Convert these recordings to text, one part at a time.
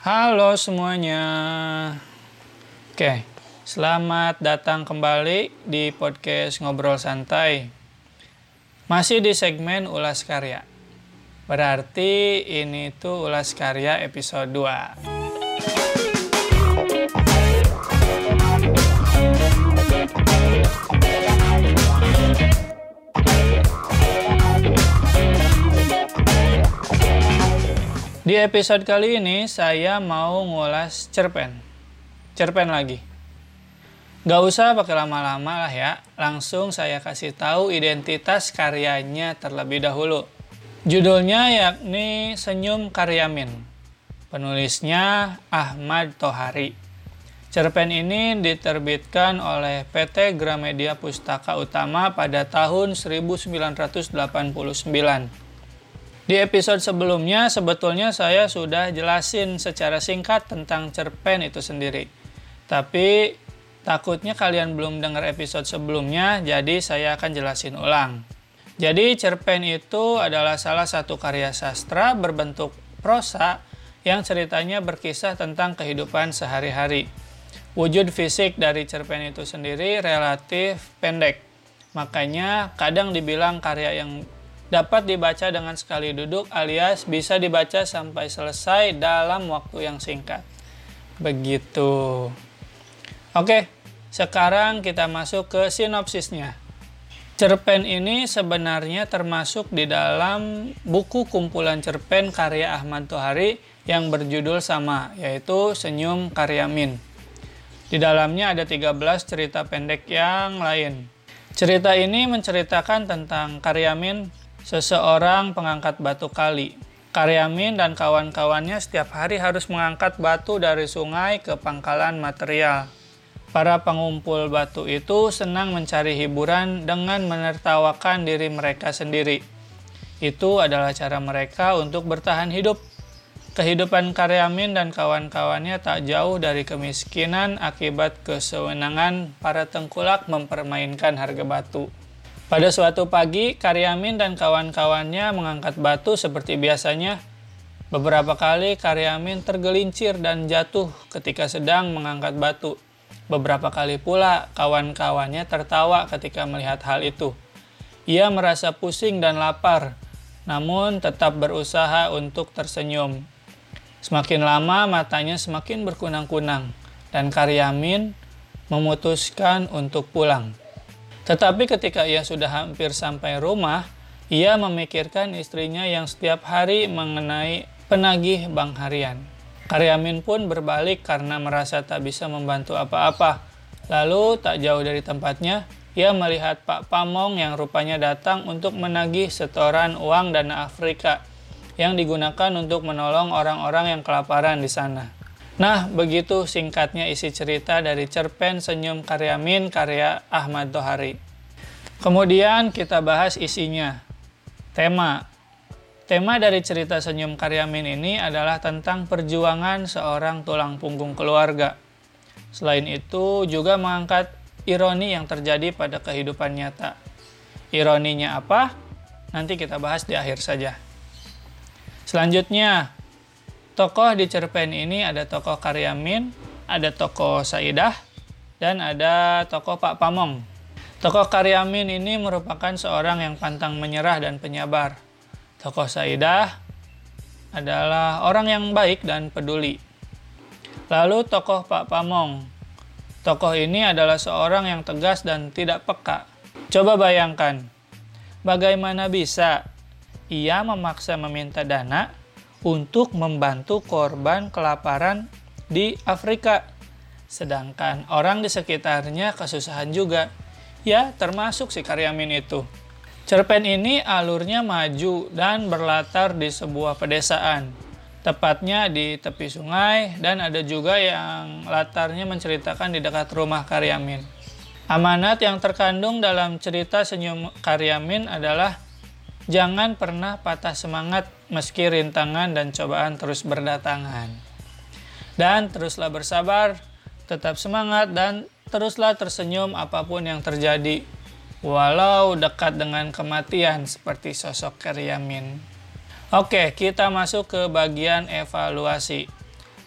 Halo semuanya. Oke, selamat datang kembali di podcast Ngobrol Santai. Masih di segmen Ulas Karya. Berarti ini tuh Ulas Karya episode 2. Di episode kali ini saya mau ngulas cerpen. Cerpen lagi. Gak usah pakai lama-lama lah ya. Langsung saya kasih tahu identitas karyanya terlebih dahulu. Judulnya yakni Senyum Karyamin. Penulisnya Ahmad Thohari. Cerpen ini diterbitkan oleh PT Gramedia Pustaka Utama pada tahun 1989. Di episode sebelumnya sebetulnya saya sudah jelasin secara singkat tentang cerpen itu sendiri. Tapi takutnya kalian belum dengar episode sebelumnya, jadi saya akan jelasin ulang. Jadi cerpen itu adalah salah satu karya sastra berbentuk prosa yang ceritanya berkisah tentang kehidupan sehari-hari. Wujud fisik dari cerpen itu sendiri relatif pendek. Makanya kadang dibilang karya yang dapat dibaca dengan sekali duduk alias bisa dibaca sampai selesai dalam waktu yang singkat. Begitu. Oke, sekarang kita masuk ke sinopsisnya. Cerpen ini sebenarnya termasuk di dalam buku kumpulan cerpen karya Ahmad Thohari yang berjudul sama, yaitu Senyum Karyamin. Di dalamnya ada 13 cerita pendek yang lain. Cerita ini menceritakan tentang Karyamin, seseorang pengangkat batu kali. Karyamin dan kawan-kawannya setiap hari harus mengangkat batu dari sungai ke pangkalan material. Para pengumpul batu itu senang mencari hiburan dengan menertawakan diri mereka sendiri. Itu adalah cara mereka untuk bertahan hidup. Kehidupan Karyamin dan kawan-kawannya tak jauh dari kemiskinan akibat kesewenangan para tengkulak mempermainkan harga batu. Pada suatu pagi, Karyamin dan kawan-kawannya mengangkat batu seperti biasanya. Beberapa kali Karyamin tergelincir dan jatuh ketika sedang mengangkat batu. Beberapa kali pula kawan-kawannya tertawa ketika melihat hal itu. Ia merasa pusing dan lapar, namun tetap berusaha untuk tersenyum. Semakin lama matanya semakin berkunang-kunang, dan Karyamin memutuskan untuk pulang. Tetapi ketika ia sudah hampir sampai rumah, ia memikirkan istrinya yang setiap hari mengenai penagih bank harian. Karyamin pun berbalik karena merasa tak bisa membantu apa-apa. Lalu tak jauh dari tempatnya, ia melihat Pak Pamong yang rupanya datang untuk menagih setoran uang dana Afrika yang digunakan untuk menolong orang-orang yang kelaparan di sana. Nah, begitu singkatnya isi cerita dari cerpen Senyum Karyamin karya Ahmad Thohari. Kemudian kita bahas isinya. Tema dari cerita Senyum Karyamin ini adalah tentang perjuangan seorang tulang punggung keluarga. Selain itu juga mengangkat ironi yang terjadi pada kehidupan nyata. Ironinya apa? Nanti kita bahas di akhir saja. Selanjutnya, tokoh di cerpen ini ada tokoh Karyamin, ada tokoh Saidah, dan ada tokoh Pak Pamong. Tokoh Karyamin ini merupakan seorang yang pantang menyerah dan penyabar. Tokoh Saidah adalah orang yang baik dan peduli. Lalu tokoh Pak Pamong. Tokoh ini adalah seorang yang tegas dan tidak peka. Coba bayangkan, bagaimana bisa ia memaksa meminta dana untuk membantu korban kelaparan di Afrika. Sedangkan orang di sekitarnya kesusahan juga. Ya, termasuk si Karyamin itu. Cerpen ini alurnya maju dan berlatar di sebuah pedesaan. Tepatnya di tepi sungai, dan ada juga yang latarnya menceritakan di dekat rumah Karyamin. Amanat yang terkandung dalam cerita Senyum Karyamin adalah jangan pernah patah semangat meski rintangan dan cobaan terus berdatangan. Dan teruslah bersabar, tetap semangat, dan teruslah tersenyum apapun yang terjadi. Walau dekat dengan kematian seperti sosok Karyamin. Oke, kita masuk ke bagian evaluasi.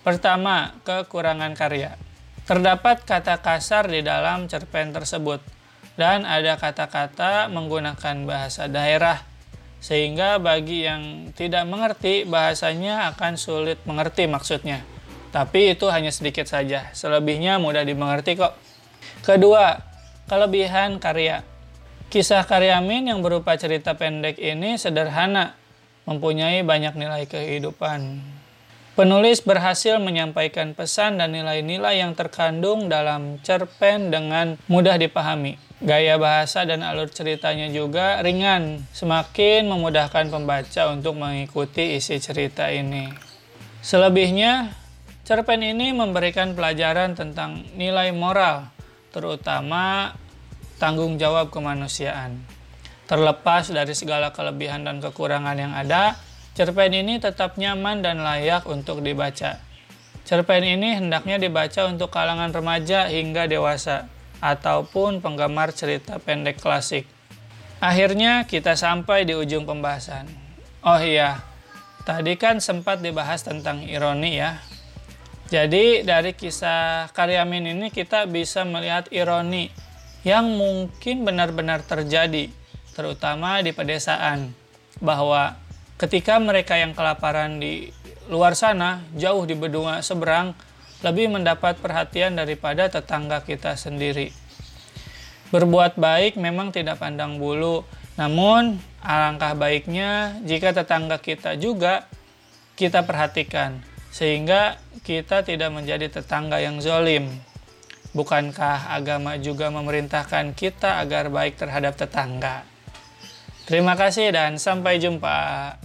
Pertama, kekurangan karya. Terdapat kata kasar di dalam cerpen tersebut, dan ada kata-kata menggunakan bahasa daerah, sehingga bagi yang tidak mengerti bahasanya akan sulit mengerti maksudnya. Tapi itu hanya sedikit saja, selebihnya mudah dimengerti kok. Kedua, kelebihan karya. Kisah Karyamin yang berupa cerita pendek ini sederhana, mempunyai banyak nilai kehidupan. Penulis berhasil menyampaikan pesan dan nilai-nilai yang terkandung dalam cerpen dengan mudah dipahami. Gaya bahasa dan alur ceritanya juga ringan, semakin memudahkan pembaca untuk mengikuti isi cerita ini. Selebihnya, cerpen ini memberikan pelajaran tentang nilai moral, terutama tanggung jawab kemanusiaan. Terlepas dari segala kelebihan dan kekurangan yang ada, cerpen ini tetap nyaman dan layak untuk dibaca. Cerpen ini hendaknya dibaca untuk kalangan remaja hingga dewasa, ataupun penggemar cerita pendek klasik. Akhirnya kita sampai di ujung pembahasan. Oh iya, tadi kan sempat dibahas tentang ironi ya. Jadi dari kisah Karyamin ini kita bisa melihat ironi yang mungkin benar-benar terjadi, terutama di pedesaan, bahwa ketika mereka yang kelaparan di luar sana, jauh di benua seberang, lebih mendapat perhatian daripada tetangga kita sendiri. Berbuat baik memang tidak pandang bulu, namun alangkah baiknya jika tetangga kita juga kita perhatikan, sehingga kita tidak menjadi tetangga yang zalim. Bukankah agama juga memerintahkan kita agar baik terhadap tetangga? Terima kasih dan sampai jumpa.